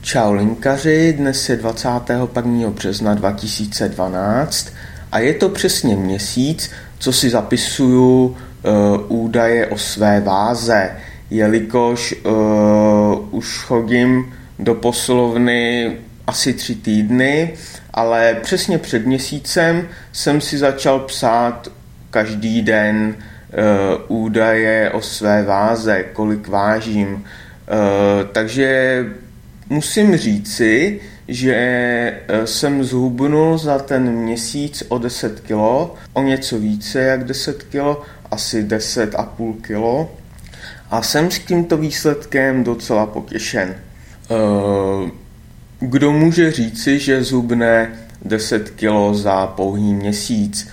Čau linkaři, dnes je 21. března 2012 a je to přesně měsíc, co si zapisuju údaje o své váze, jelikož už chodím do posilovny asi 3 týdny, ale přesně před měsícem jsem si začal psát každý den údaje o své váze, kolik vážím. Takže musím říci, že jsem zhubnul za ten měsíc o 10 kg, o něco více jak 10 kg, asi 10,5 kg. A jsem s tímto výsledkem docela potěšen. Kdo může říci, že zhubne 10 kg za pouhý měsíc?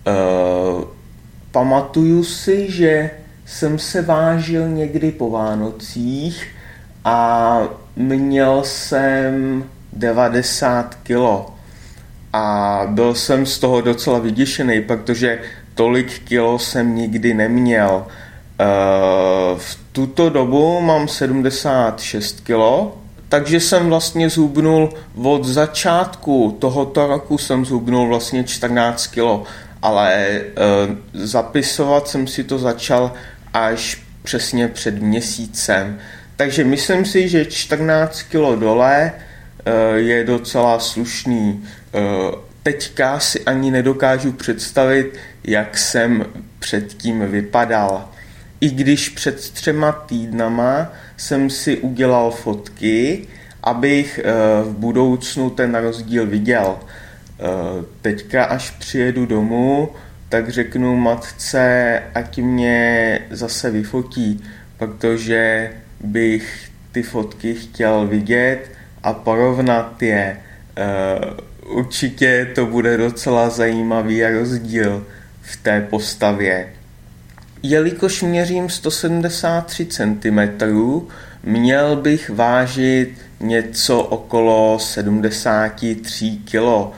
Pamatuju si, že jsem se vážil někdy po Vánocích a měl jsem 90 kg. A byl jsem z toho docela vyděšený, protože tolik kilo jsem nikdy neměl. V tuto dobu mám 76 kg, takže jsem vlastně zhubnul od začátku tohoto roku jsem zhubnul vlastně 14 kg, ale zapisovat jsem si to začal až přesně před měsícem. Takže myslím si, že 14 kg dole je docela slušný. Teďka si ani nedokážu představit, jak jsem předtím vypadal. I když před 3 týdnama jsem si udělal fotky, abych v budoucnu ten rozdíl viděl. Teďka, až přijedu domů, tak řeknu matce, ať mě zase vyfotí, protože bych ty fotky chtěl vidět a porovnat je. Určitě to bude docela zajímavý rozdíl v té postavě. Jelikož měřím 173 cm, měl bych vážit něco okolo 73 kg,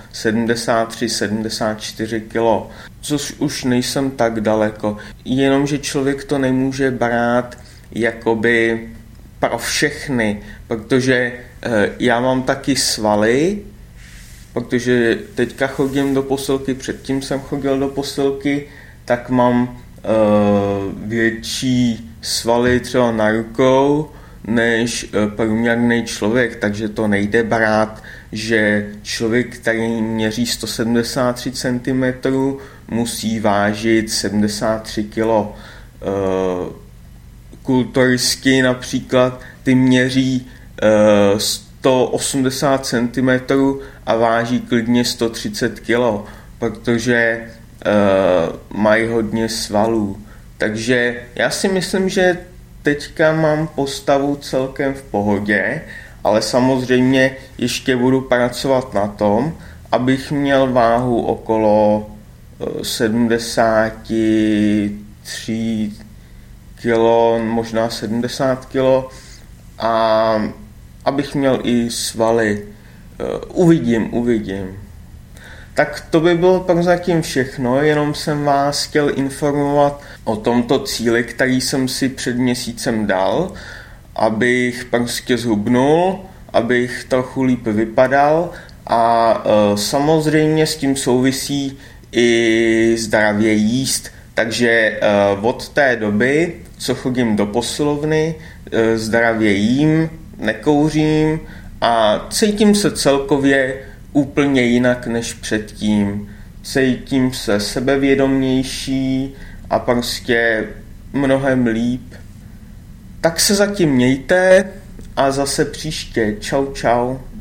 73-74 kg, což už nejsem tak daleko. Jenomže člověk to nemůže brát jakoby pro všechny, protože já mám taky svaly, protože teďka chodím do posilky, předtím jsem chodil do posilky, tak mám větší svaly třeba na rukou než průměrný člověk, takže to nejde brát, že člověk, který měří 173 cm, musí vážit 73 kg. Kulturistky například, ty měří 180 cm a váží klidně 130 kg, protože mají hodně svalů. Takže já si myslím, že teďka mám postavu celkem v pohodě, ale samozřejmě ještě budu pracovat na tom, abych měl váhu okolo 73 kg, možná 70 kg a abych měl i svaly. Uvidím. Tak to by bylo pak zatím všechno, jenom jsem vás chtěl informovat o tomto cíli, který jsem si před měsícem dal, abych prostě zhubnul, abych trochu líp vypadal a samozřejmě s tím souvisí i zdravě jíst, takže od té doby, co chodím do posilovny, zdravě jím, nekouřím a cítím se celkově úplně jinak než předtím. Cítím se sebevědomější a prostě mnohem líp. Tak se zatím mějte a zase příště. Čau.